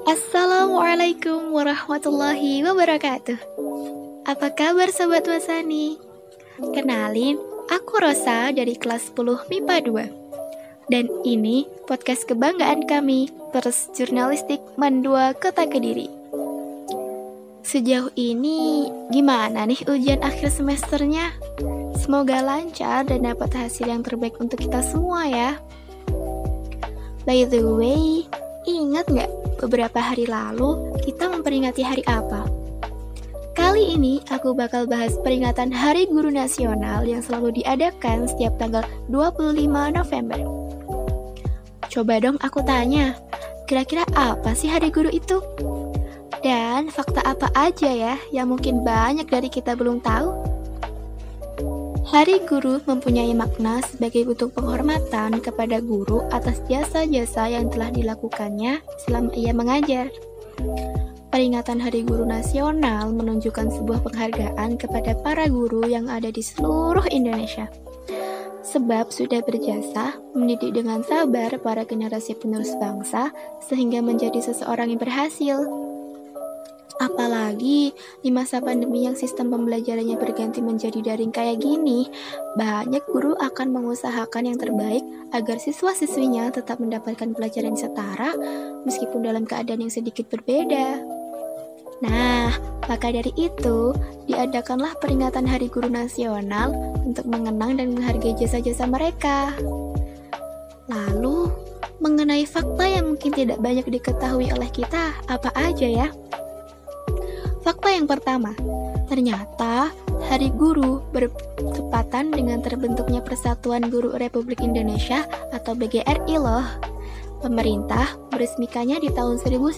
Assalamualaikum warahmatullahi wabarakatuh. Apa kabar Sobat Wasani? Kenalin, aku Rosa dari kelas 10 MIPA 2. Dan ini podcast kebanggaan kami, Pers Jurnalistik Mandua Kota Kediri. Sejauh ini, gimana nih ujian akhir semesternya? Semoga lancar dan dapat hasil yang terbaik untuk kita semua ya. By the way, ingat nggak beberapa hari lalu kita memperingati hari apa? Kali ini aku bakal bahas peringatan Hari Guru Nasional yang selalu diadakan setiap tanggal 25 November. Coba dong aku tanya, kira-kira apa sih Hari Guru itu? Dan fakta apa aja ya yang mungkin banyak dari kita belum tahu? Hari Guru mempunyai makna sebagai bentuk penghormatan kepada guru atas jasa-jasa yang telah dilakukannya selama ia mengajar. Peringatan Hari Guru Nasional menunjukkan sebuah penghargaan kepada para guru yang ada di seluruh Indonesia. Sebab sudah berjasa mendidik dengan sabar para generasi penerus bangsa sehingga menjadi seseorang yang berhasil. Apalagi di masa pandemi yang sistem pembelajarannya berganti menjadi daring kayak gini, banyak guru akan mengusahakan yang terbaik agar siswa-siswinya tetap mendapatkan pelajaran setara meskipun dalam keadaan yang sedikit berbeda. Nah, maka dari itu, diadakanlah peringatan Hari Guru Nasional untuk mengenang dan menghargai jasa-jasa mereka. Lalu, mengenai fakta yang mungkin tidak banyak diketahui oleh kita, apa aja ya? Fakta yang pertama, ternyata Hari Guru bertepatan dengan terbentuknya Persatuan Guru Republik Indonesia atau PGRI loh. Pemerintah meresmikannya di tahun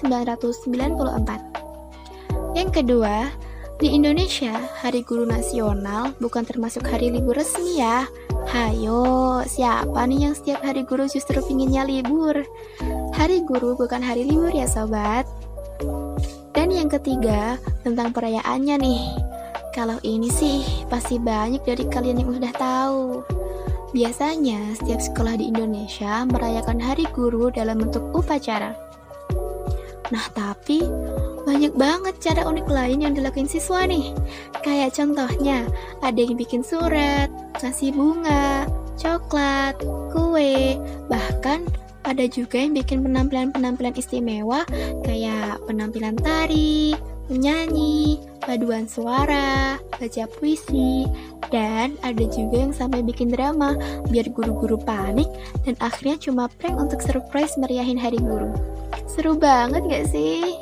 1994. Yang kedua, di Indonesia Hari Guru Nasional bukan termasuk hari libur resmi ya. Hayo, siapa nih yang setiap hari guru justru pinginnya libur? Hari Guru bukan hari libur ya sobat. Dan yang ketiga, tentang perayaannya nih. Kalau ini sih, pasti banyak dari kalian yang udah tahu. Biasanya, setiap sekolah di Indonesia merayakan Hari Guru dalam bentuk upacara. Nah, tapi banyak banget cara unik lain yang dilakuin siswa nih. Kayak contohnya, ada yang bikin surat, ngasih bunga, coklat, kue, bahkan ada juga yang bikin penampilan-penampilan istimewa kayak penampilan tari, menyanyi, paduan suara, baca puisi, dan ada juga yang sampai bikin drama biar guru-guru panik dan akhirnya cuma prank untuk surprise meriahin Hari Guru. Seru banget gak sih?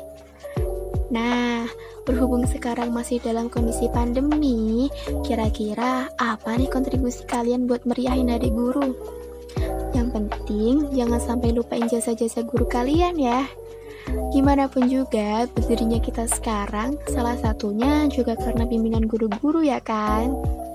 Nah, berhubung sekarang masih dalam kondisi pandemi, kira-kira apa nih kontribusi kalian buat meriahin Hari Guru? Yang penting, jangan sampai lupain jasa-jasa guru kalian ya. Gimana pun juga, berdirinya kita sekarang, salah satunya juga karena bimbingan guru-guru ya kan?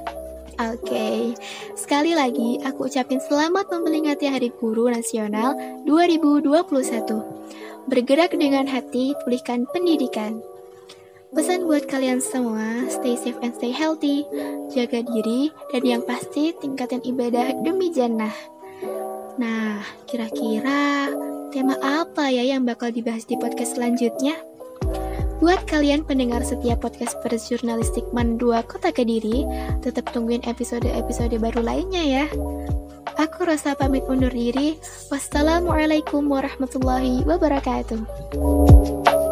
Oke, sekali lagi aku ucapin selamat memperingati Hari Guru Nasional 2021. Bergerak dengan hati, pulihkan pendidikan. Pesan buat kalian semua, stay safe and stay healthy, jaga diri, dan yang pasti tingkatin ibadah demi jannah. Nah, kira-kira tema apa ya yang bakal dibahas di podcast selanjutnya? Buat kalian pendengar setiap podcast Pers Jurnalistik Mandua Kota Kediri, tetap tungguin episode-episode baru lainnya ya. Aku Rosa pamit undur diri. Wassalamualaikum warahmatullahi wabarakatuh.